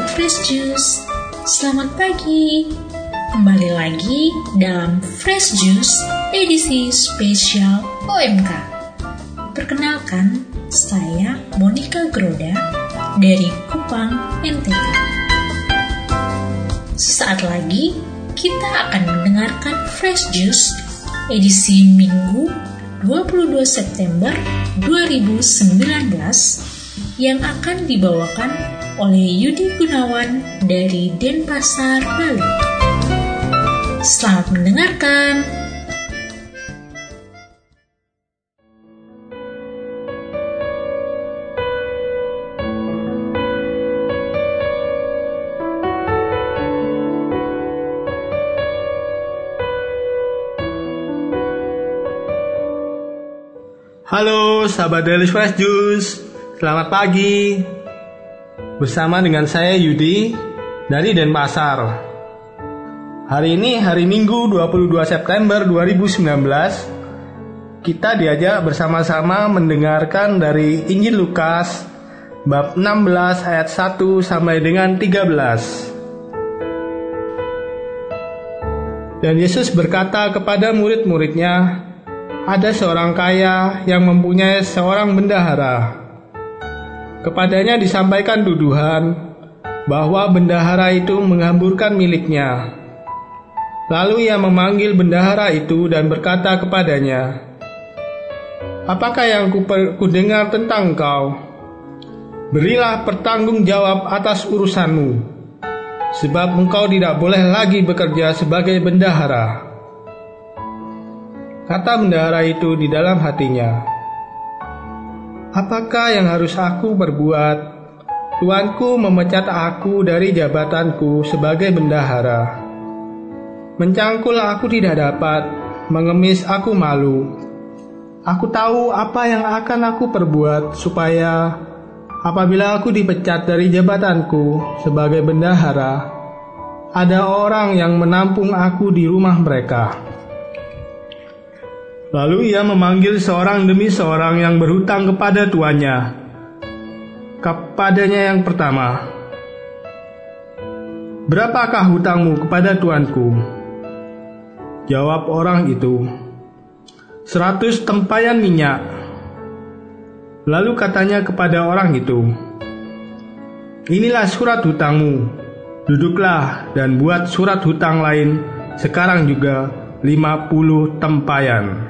Fresh Juice. Selamat pagi. Kembali lagi dalam Fresh Juice edisi spesial OMK. Perkenalkan, saya Monica Groda dari Kupang, NTT. Sesaat lagi kita akan mendengarkan Fresh Juice edisi Minggu 22 September 2019 yang akan dibawakan oleh Yudi Gunawan dari Denpasar, Bali. Selamat mendengarkan. Halo sahabat Daily Fresh Juice, selamat pagi. Bersama dengan saya Yudi dari Denpasar. Hari ini hari Minggu 22 September 2019. Kita diajak bersama-sama mendengarkan dari Injil Lukas bab 16 ayat 1 sampai dengan 13. Dan Yesus berkata kepada murid-muridnya, ada seorang kaya yang mempunyai seorang bendahara. Kepadanya disampaikan tuduhan bahwa bendahara itu menghamburkan miliknya. Lalu ia memanggil bendahara itu dan berkata kepadanya, apakah yang kudengar tentang engkau? Berilah pertanggung jawab atas urusanmu, sebab engkau tidak boleh lagi bekerja sebagai bendahara. Kata bendahara itu di dalam hatinya, apakah yang harus aku perbuat? Tuanku memecat aku dari jabatanku sebagai bendahara. Mencangkul aku tidak dapat, mengemis aku malu. Aku tahu apa yang akan aku perbuat supaya apabila aku dipecat dari jabatanku sebagai bendahara, ada orang yang menampung aku di rumah mereka. Lalu ia memanggil seorang demi seorang yang berhutang kepada tuannya. Kepadanya yang pertama, berapakah hutangmu kepada tuanku? Jawab orang itu, 100 tempayan minyak. Lalu katanya kepada orang itu, inilah surat hutangmu. Duduklah dan buat surat hutang lain sekarang juga 50 tempayan.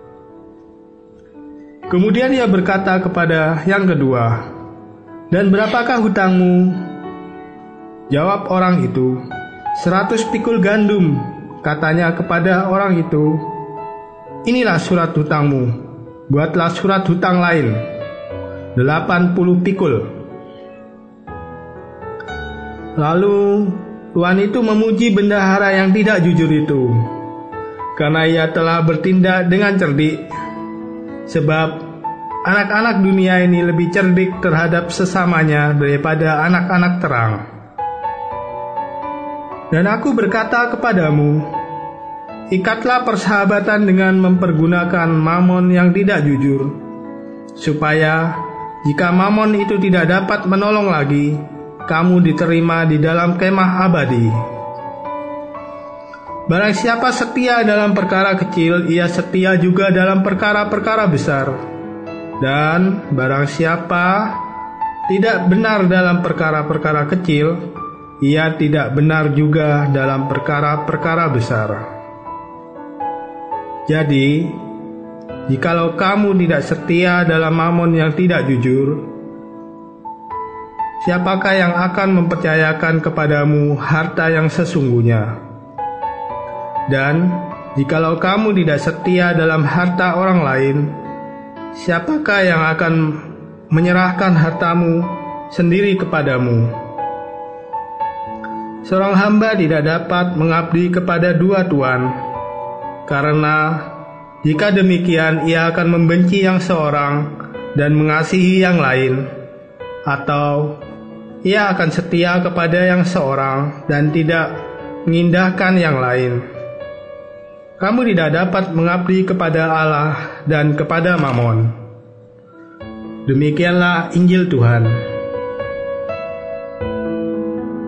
Kemudian ia berkata kepada yang kedua, dan berapakah hutangmu? Jawab orang itu, 100 pikul gandum. Katanya kepada orang itu, inilah surat hutangmu. Buatlah surat hutang lain, 80 pikul. Lalu tuan itu memuji bendahara yang tidak jujur itu, karena ia telah bertindak dengan cerdik. Sebab anak-anak dunia ini lebih cerdik terhadap sesamanya daripada anak-anak terang. Dan aku berkata kepadamu, ikatlah persahabatan dengan mempergunakan mamon yang tidak jujur, supaya jika mamon itu tidak dapat menolong lagi, kamu diterima di dalam kemah abadi. Barang siapa setia dalam perkara kecil, ia setia juga dalam perkara-perkara besar. Dan barang siapa tidak benar dalam perkara-perkara kecil, ia tidak benar juga dalam perkara-perkara besar. Jadi, jikalau kamu tidak setia dalam mamon yang tidak jujur, siapakah yang akan mempercayakan kepadamu harta yang sesungguhnya? Dan jikalau kamu tidak setia dalam harta orang lain, siapakah yang akan menyerahkan hartamu sendiri kepadamu? Seorang hamba tidak dapat mengabdi kepada dua tuan, karena jika demikian ia akan membenci yang seorang dan mengasihi yang lain, atau ia akan setia kepada yang seorang dan tidak mengindahkan yang lain. Kamu tidak dapat mengabdi kepada Allah dan kepada Mamon. Demikianlah Injil Tuhan.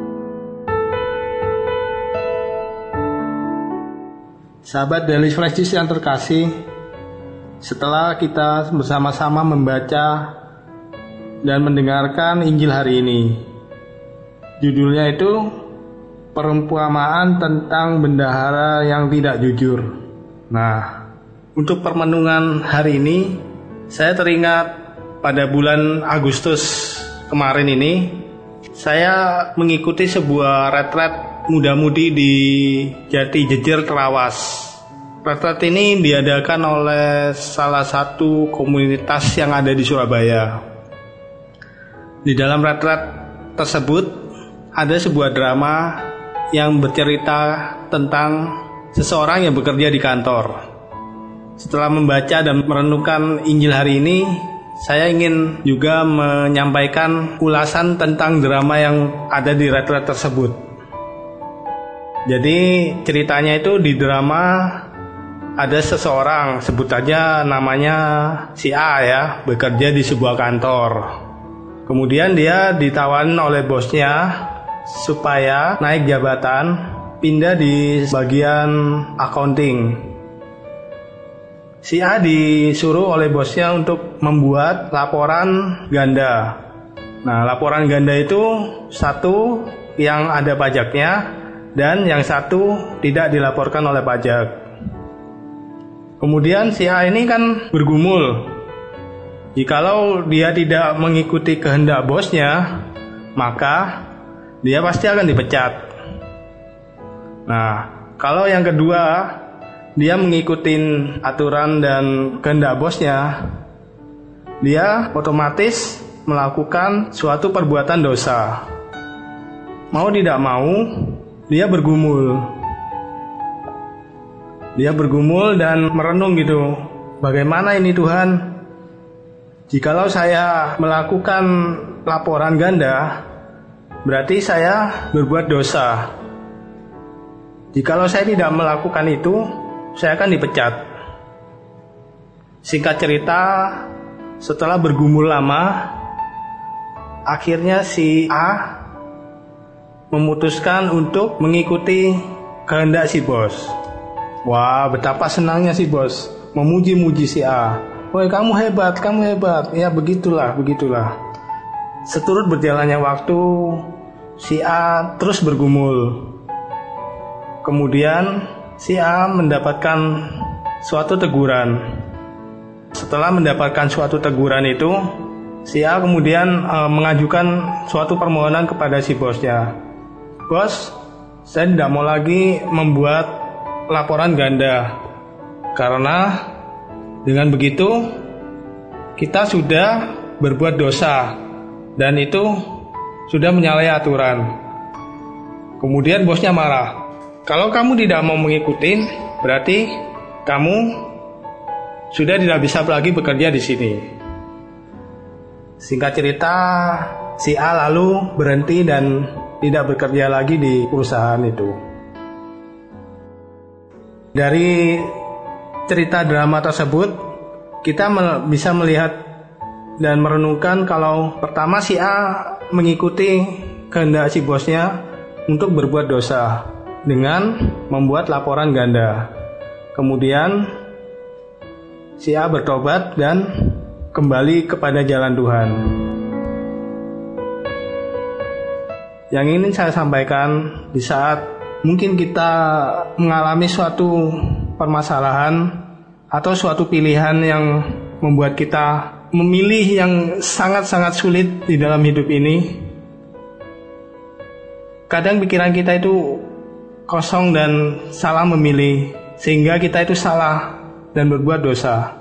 Sahabat Daily Fresh Juice yang terkasih, setelah kita bersama-sama membaca dan mendengarkan Injil hari ini, judulnya itu perumpamaan tentang bendahara yang tidak jujur. Nah, untuk permenungan hari ini, saya teringat pada bulan Agustus kemarin ini, saya mengikuti sebuah retret muda-mudi di Jati Jejer Terawas. Retret ini diadakan oleh salah satu komunitas yang ada di Surabaya. Di dalam retret tersebut ada sebuah drama yang bercerita tentang seseorang yang bekerja di kantor. Setelah membaca dan merenungkan Injil hari ini, saya ingin juga menyampaikan ulasan tentang drama yang ada di retret tersebut. Jadi ceritanya itu di drama ada seseorang, sebut aja namanya si A ya, bekerja di sebuah kantor. Kemudian dia ditawarin oleh bosnya supaya naik jabatan, pindah di bagian accounting. Si A disuruh oleh bosnya untuk membuat laporan ganda. Nah, laporan ganda itu satu yang ada pajaknya dan yang satu tidak dilaporkan oleh pajak. Kemudian si A ini kan bergumul. Jikalau dia tidak mengikuti kehendak bosnya, maka dia pasti akan dipecat. Nah, kalau yang kedua, dia mengikuti aturan dan kehendak bosnya, dia otomatis melakukan suatu perbuatan dosa. Mau tidak mau, dia bergumul. Dia bergumul dan merenung gitu. Bagaimana ini Tuhan? Jikalau saya melakukan laporan ganda, berarti saya berbuat dosa. Jikalau saya tidak melakukan itu, saya akan dipecat. Singkat cerita, setelah bergumul lama, akhirnya si A memutuskan untuk mengikuti kehendak si bos. Wah, betapa senangnya si bos, memuji-muji si A. Woi, kamu hebat, kamu hebat. Ya, begitulah. Seturut berjalannya waktu, si A terus bergumul. Kemudian si A mendapatkan suatu teguran. Setelah mendapatkan suatu teguran itu, si A kemudian mengajukan suatu permohonan kepada si bosnya. Bos, saya tidak mau lagi membuat laporan ganda, karena dengan begitu kita sudah berbuat dosa dan itu sudah menyalahi aturan. Kemudian bosnya marah. Kalau kamu tidak mau mengikuti, berarti kamu sudah tidak bisa lagi bekerja di sini. Singkat cerita, si A lalu berhenti dan tidak bekerja lagi di perusahaan itu. Dari cerita drama tersebut, kita bisa melihat dan merenungkan kalau pertama si A mengikuti kehendak si bosnya untuk berbuat dosa dengan membuat laporan ganda. Kemudian si A bertobat dan kembali kepada jalan Tuhan. Yang ingin saya sampaikan, di saat mungkin kita mengalami suatu permasalahan atau suatu pilihan yang membuat kita memilih yang sangat-sangat sulit di dalam hidup ini, kadang pikiran kita itu kosong dan salah memilih, sehingga kita itu salah dan berbuat dosa.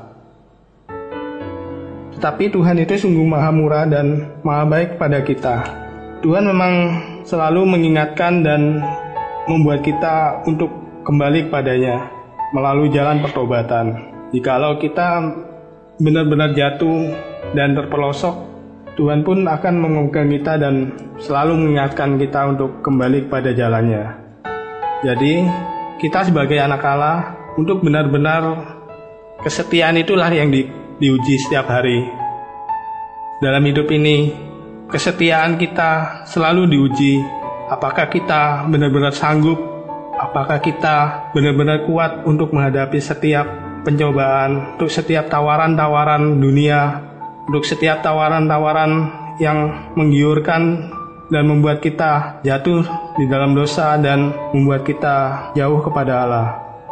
Tetapi Tuhan itu sungguh maha murah dan maha baik pada kita. Tuhan memang selalu mengingatkan dan membuat kita untuk kembali kepadanya melalui jalan pertobatan. Jikalau kita benar-benar jatuh dan terpelosok, Tuhan pun akan memegang kita dan selalu mengingatkan kita untuk kembali kepada jalannya. Jadi, kita sebagai anak Allah, untuk benar-benar kesetiaan itulah yang diuji setiap hari. Dalam hidup ini, kesetiaan kita selalu diuji. Apakah kita benar-benar sanggup apakah kita benar-benar kuat untuk menghadapi setiap pencobaan, untuk setiap tawaran-tawaran dunia, untuk setiap tawaran-tawaran yang menggiurkan dan membuat kita jatuh di dalam dosa dan membuat kita jauh kepada Allah.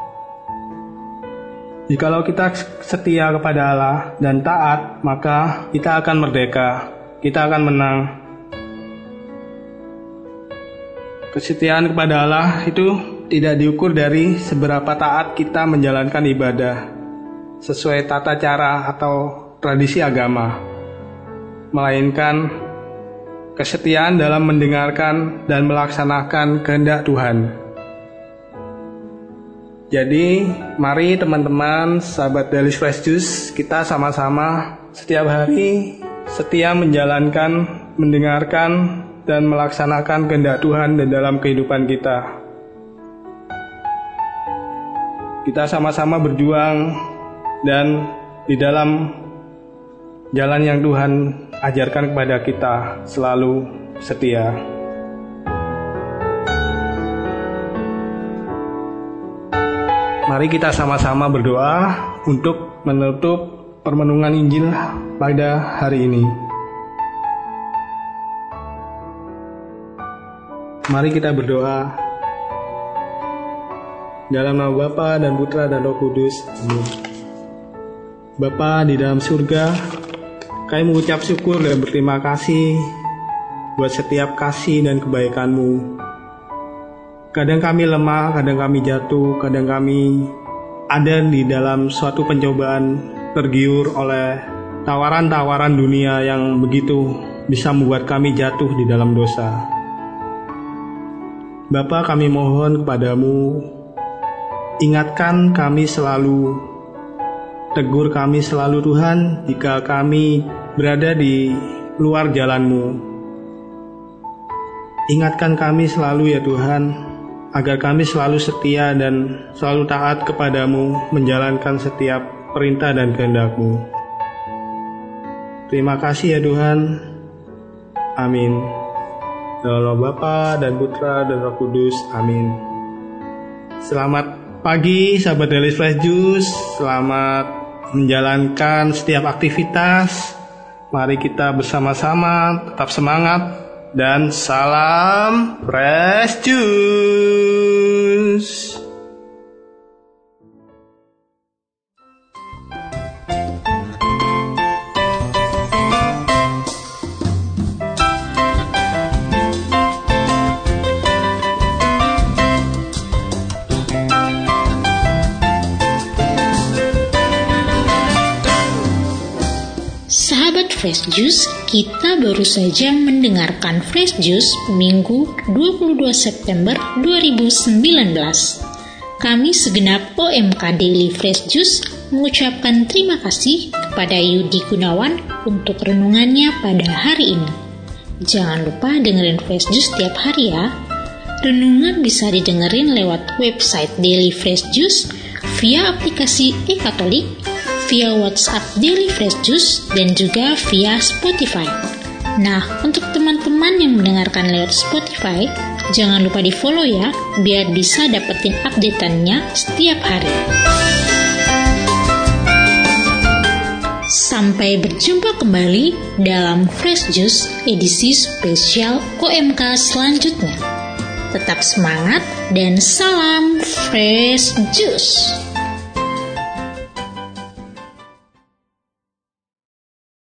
Jikalau kita setia kepada Allah dan taat, maka kita akan merdeka, kita akan menang. Kesetiaan kepada Allah itu tidak diukur dari seberapa taat kita menjalankan ibadah sesuai tata cara atau tradisi agama, melainkan kesetiaan dalam mendengarkan dan melaksanakan kehendak Tuhan. Jadi, mari teman-teman, sahabat Daily Fresh Juice, kita sama-sama setiap hari setia menjalankan, mendengarkan, dan melaksanakan kehendak Tuhan di dalam kehidupan kita. Kita sama-sama berjuang dan di dalam jalan yang Tuhan ajarkan kepada kita selalu setia. Mari kita sama-sama berdoa untuk menutup permenungan Injil pada hari ini. Mari kita berdoa. Dalam nama Bapa dan Putra dan Roh Kudus. Amin. Bapa di dalam surga, kami mengucap syukur dan berterima kasih buat setiap kasih dan kebaikan-Mu. Kadang kami lemah, kadang kami jatuh, kadang kami ada di dalam suatu pencobaan, tergiur oleh tawaran-tawaran dunia yang begitu bisa membuat kami jatuh di dalam dosa. Bapa, kami mohon kepadamu, ingatkan kami selalu, tegur kami selalu Tuhan, jika kami berada di luar jalan-Mu. Ingatkan kami selalu ya Tuhan, agar kami selalu setia dan selalu taat kepadamu, menjalankan setiap perintah dan kehendak-Mu. Terima kasih ya Tuhan. Amin. Dalam nama Bapa dan Putra dan Roh Kudus. Amin. Selamat pagi sahabat Daily Fresh Juice. Selamat menjalankan setiap aktivitas. Mari kita bersama-sama tetap semangat. Dan salam Fresh Juice. Sahabat Fresh Juice, kita baru saja mendengarkan Fresh Juice Minggu 22 September 2019. Kami segenap OMK Daily Fresh Juice mengucapkan terima kasih kepada Yudi Gunawan untuk renungannya pada hari ini. Jangan lupa dengerin Fresh Juice setiap hari ya. Renungan bisa didengerin lewat website Daily Fresh Juice, via aplikasi e-Katolik, via WhatsApp Daily Fresh Juice, dan juga via Spotify. Nah, untuk teman-teman yang mendengarkan lewat Spotify, jangan lupa di-follow ya, biar bisa dapetin update-annya setiap hari. Sampai berjumpa kembali dalam Fresh Juice edisi spesial OMK selanjutnya. Tetap semangat dan salam Fresh Juice.